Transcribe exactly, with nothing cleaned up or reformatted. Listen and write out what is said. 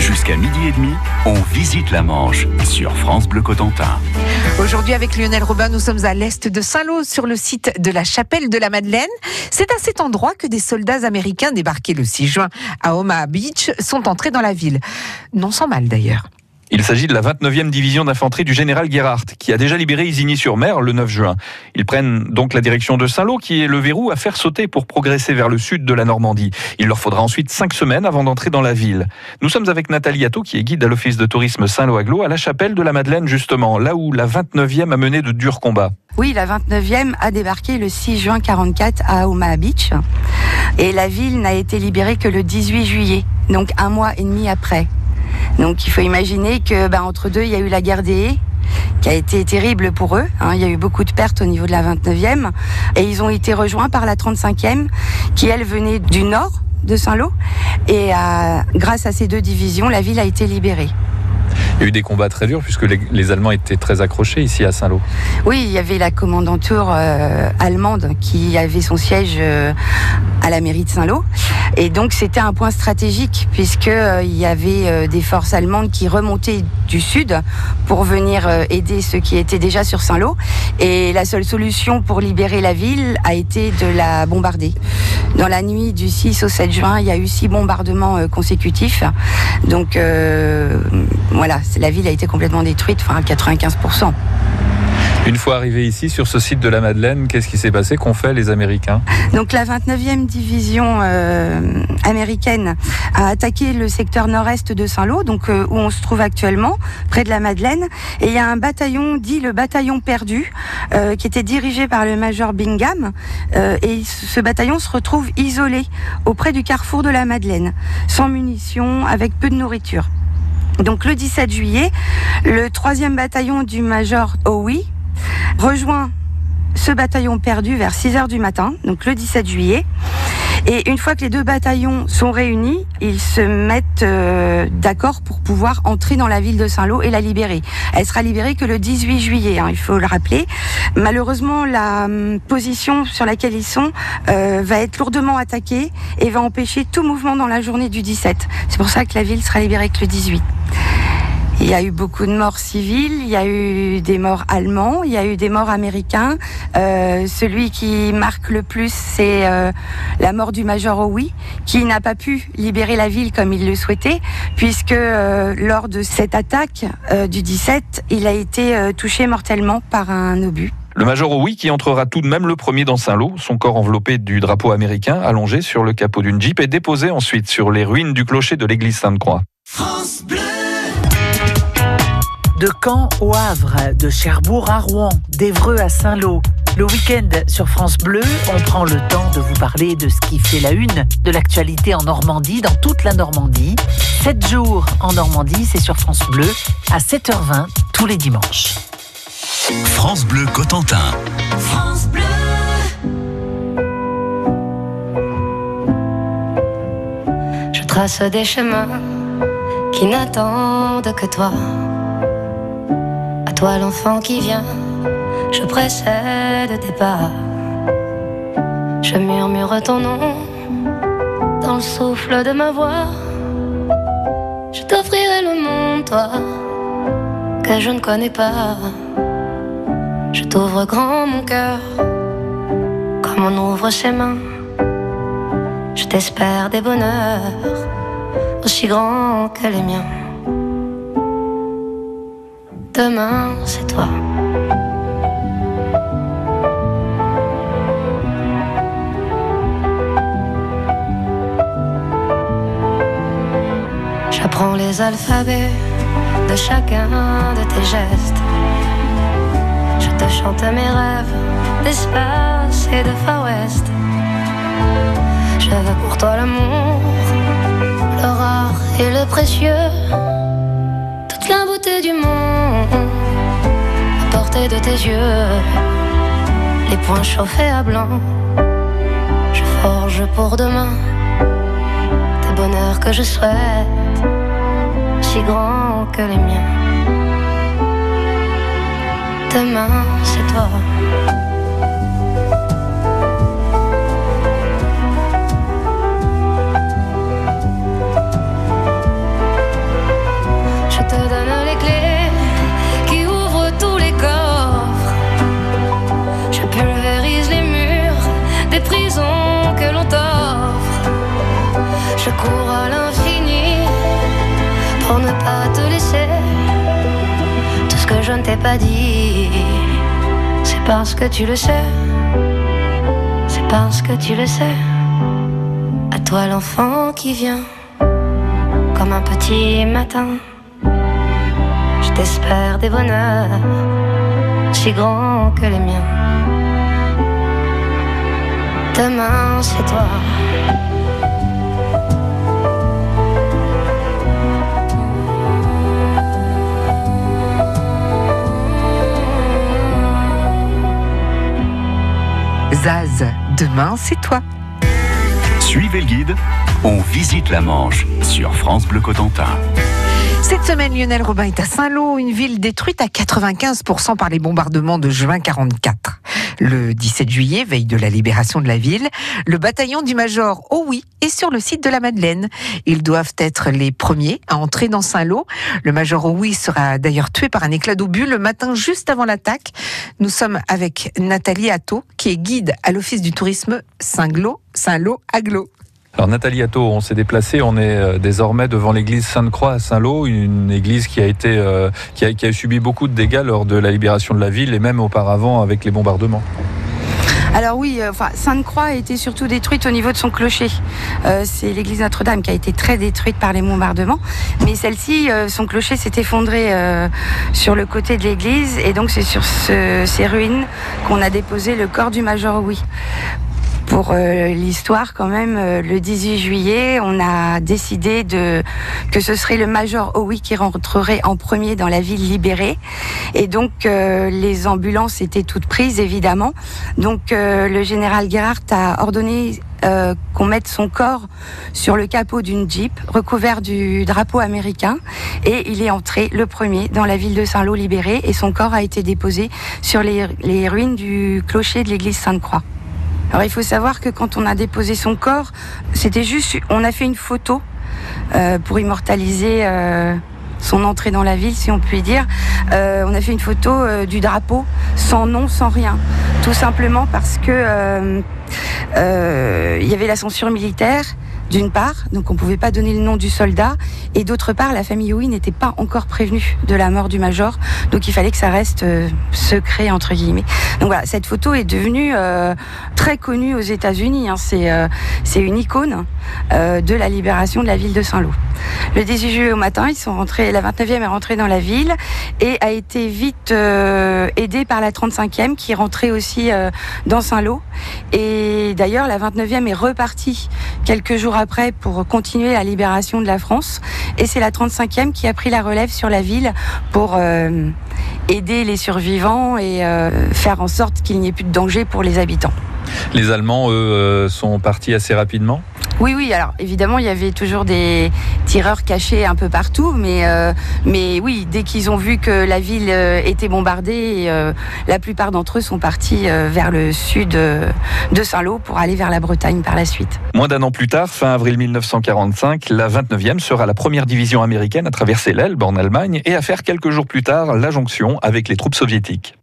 Jusqu'à midi et demi, on visite la Manche sur France Bleu Cotentin. Aujourd'hui, avec Lionel Robin, nous sommes à l'est de Saint-Lô, sur le site de la chapelle de la Madeleine. C'est à cet endroit que des soldats américains débarqués le six juin à Omaha Beach sont entrés dans la ville. Non sans mal d'ailleurs. Il s'agit de la vingt-neuvième division d'infanterie du général Gerhardt, qui a déjà libéré Isigny-sur-Mer le neuf juin. Ils prennent donc la direction de Saint-Lô, qui est le verrou à faire sauter pour progresser vers le sud de la Normandie. Il leur faudra ensuite cinq semaines avant d'entrer dans la ville. Nous sommes avec Nathalie Atto, qui est guide à l'office de tourisme Saint-Lô-Aglo, à la chapelle de la Madeleine justement, là où la vingt-neuvième a mené de durs combats. Oui, la vingt-neuvième a débarqué le six juin quarante-quatre à Omaha Beach. Et la ville n'a été libérée que le dix-huit juillet, donc un mois et demi après. Donc il faut imaginer que ben, entre deux, il y a eu la guerre des haies, qui a été terrible pour eux. Hein. Il y a eu beaucoup de pertes au niveau de la vingt-neuvième. Et ils ont été rejoints par la trente-cinquième, qui elle venait du nord de Saint-Lô. Et euh, grâce à ces deux divisions, la ville a été libérée. Il y a eu des combats très durs puisque les, les Allemands étaient très accrochés ici à Saint-Lô. Oui, il y avait la commandanture euh, allemande qui avait son siège euh, à la mairie de Saint-Lô. Et donc c'était un point stratégique puisque euh, il y avait euh, des forces allemandes qui remontaient du sud pour venir euh, aider ceux qui étaient déjà sur Saint-Lô. Et la seule solution pour libérer la ville a été de la bombarder. Dans la nuit du six au sept juin, il y a eu six bombardements euh, consécutifs. Donc euh, voilà, la ville a été complètement détruite, enfin à quatre-vingt-quinze pour cent. Une fois arrivés ici, sur ce site de la Madeleine, qu'est-ce qui s'est passé, qu'ont fait les Américains ? Donc la vingt-neuvième division euh, américaine a attaqué le secteur nord-est de Saint-Lô, donc euh, où on se trouve actuellement, près de la Madeleine. Et il y a un bataillon dit le bataillon perdu, euh, qui était dirigé par le major Bingham. Euh, et ce bataillon se retrouve isolé auprès du carrefour de la Madeleine, sans munitions, avec peu de nourriture. Donc le dix-sept juillet, le troisième bataillon du major Howe rejoint ce bataillon perdu vers six heures du matin, donc le dix-sept juillet. Et une fois que les deux bataillons sont réunis, ils se mettent euh, d'accord pour pouvoir entrer dans la ville de Saint-Lô et la libérer. Elle sera libérée que le dix-huit juillet, hein, il faut le rappeler. Malheureusement, la hum, position sur laquelle ils sont euh, va être lourdement attaquée et va empêcher tout mouvement dans la journée du dix-sept. C'est pour ça que la ville sera libérée que le dix-huit. Il y a eu beaucoup de morts civiles, il y a eu des morts allemands, il y a eu des morts américains. Euh, celui qui marque le plus, c'est euh, la mort du major Howe, qui n'a pas pu libérer la ville comme il le souhaitait, puisque euh, lors de cette attaque euh, du dix-sept, il a été euh, touché mortellement par un obus. Le major Howe qui entrera tout de même le premier dans Saint-Lô, son corps enveloppé du drapeau américain, allongé sur le capot d'une Jeep et déposé ensuite sur les ruines du clocher de l'église Sainte-Croix. France Bleu. De Caen au Havre, de Cherbourg à Rouen, d'Évreux à Saint-Lô. Le week-end sur France Bleu, on prend le temps de vous parler de ce qui fait la une de l'actualité en Normandie, dans toute la Normandie. sept jours en Normandie, c'est sur France Bleu, à sept heures vingt, tous les dimanches. France Bleu Cotentin. France Bleu. Je trace des chemins qui n'attendent que toi. Toi l'enfant qui vient, je précède tes pas. Je murmure ton nom dans le souffle de ma voix. Je t'offrirai le monde, toi, que je ne connais pas. Je t'ouvre grand mon cœur, comme on ouvre ses mains. Je t'espère des bonheurs aussi grands que les miens. Demain, c'est toi. J'apprends les alphabets de chacun de tes gestes. Je te chante mes rêves d'espace et de Far West. Je veux pour toi l'amour, le rare et le précieux, toute la beauté du monde à portée de tes yeux. Les poings chauffés à blanc, je forge pour demain des bonheurs que je souhaite, si grands que les miens. Demain, c'est toi. pour ne pas te laisser. Tout ce que je ne t'ai pas dit, c'est parce que tu le sais. C'est parce que tu le sais. À toi l'enfant qui vient comme un petit matin. Je t'espère des bonheurs si grands que les miens. Demain c'est toi. Zaz, demain c'est toi. Suivez le guide, on visite la Manche sur France Bleu Cotentin. Cette semaine, Lionel Robin est à Saint-Lô, une ville détruite à quatre-vingt-quinze pour cent par les bombardements de juin quarante-quatre. Le dix-sept juillet, veille de la libération de la ville, le bataillon du major Owy est sur le site de la Madeleine. Ils doivent être les premiers à entrer dans Saint-Lô. Le major Owy sera d'ailleurs tué par un éclat d'obus le matin juste avant l'attaque. Nous sommes avec Nathalie Atto, qui est guide à l'Office du tourisme Saint-Lô, Saint-Lô-Aglo. Alors Nathalie Atto, on s'est déplacé, on est désormais devant l'église Sainte-Croix à Saint-Lô, une église qui a été, euh, qui a, qui a subi beaucoup de dégâts lors de la libération de la ville et même auparavant avec les bombardements. Alors oui, euh, enfin, Sainte-Croix a été surtout détruite au niveau de son clocher. Euh, c'est l'église Notre-Dame qui a été très détruite par les bombardements. Mais celle-ci, euh, son clocher s'est effondré euh, sur le côté de l'église. Et donc c'est sur ce, ces ruines qu'on a déposé le corps du major Owy. Pour euh, l'histoire, quand même, euh, le dix-huit juillet, on a décidé de, que ce serait le major Owy qui rentrerait en premier dans la ville libérée. Et donc, euh, les ambulances étaient toutes prises, évidemment. Donc, euh, le général Gerhardt a ordonné euh, qu'on mette son corps sur le capot d'une Jeep, recouvert du drapeau américain. Et il est entré le premier dans la ville de Saint-Lô libérée. Et son corps a été déposé sur les, les ruines du clocher de l'église Sainte-Croix. Alors il faut savoir que quand on a déposé son corps, c'était juste, on a fait une photo euh, pour immortaliser euh, son entrée dans la ville, si on peut dire. Euh, on a fait une photo euh, du drapeau, sans nom, sans rien. Tout simplement parce que euh, euh, il y avait la censure militaire, d'une part, donc on ne pouvait pas donner le nom du soldat, et d'autre part, la famille Owy n'était pas encore prévenue de la mort du major, donc il fallait que ça reste euh, secret, entre guillemets. Donc voilà, cette photo est devenue euh, très connue aux États-Unis, hein. c'est, euh, c'est une icône euh, de la libération de la ville de Saint-Lô. Le dix-huit juillet au matin, ils sont rentrés, la vingt-neuvième est rentrée dans la ville et a été vite euh, aidée par la trente-cinquième qui est rentrée aussi euh, dans Saint-Lô. Et d'ailleurs, la vingt-neuvième est repartie quelques jours après pour continuer la libération de la France. Et c'est la trente-cinquième qui a pris la relève sur la ville pour euh, aider les survivants et euh, faire en sorte qu'il n'y ait plus de danger pour les habitants. Les Allemands, eux, sont partis assez rapidement ? Oui, oui, alors évidemment, il y avait toujours des tireurs cachés un peu partout, mais, euh, mais oui, dès qu'ils ont vu que la ville euh, était bombardée, euh, la plupart d'entre eux sont partis euh, vers le sud euh, de Saint-Lô pour aller vers la Bretagne par la suite. Moins d'un an plus tard, fin avril mille neuf cent quarante-cinq, la vingt-neuvième sera la première division américaine à traverser l'Elbe en Allemagne et à faire quelques jours plus tard la jonction avec les troupes soviétiques.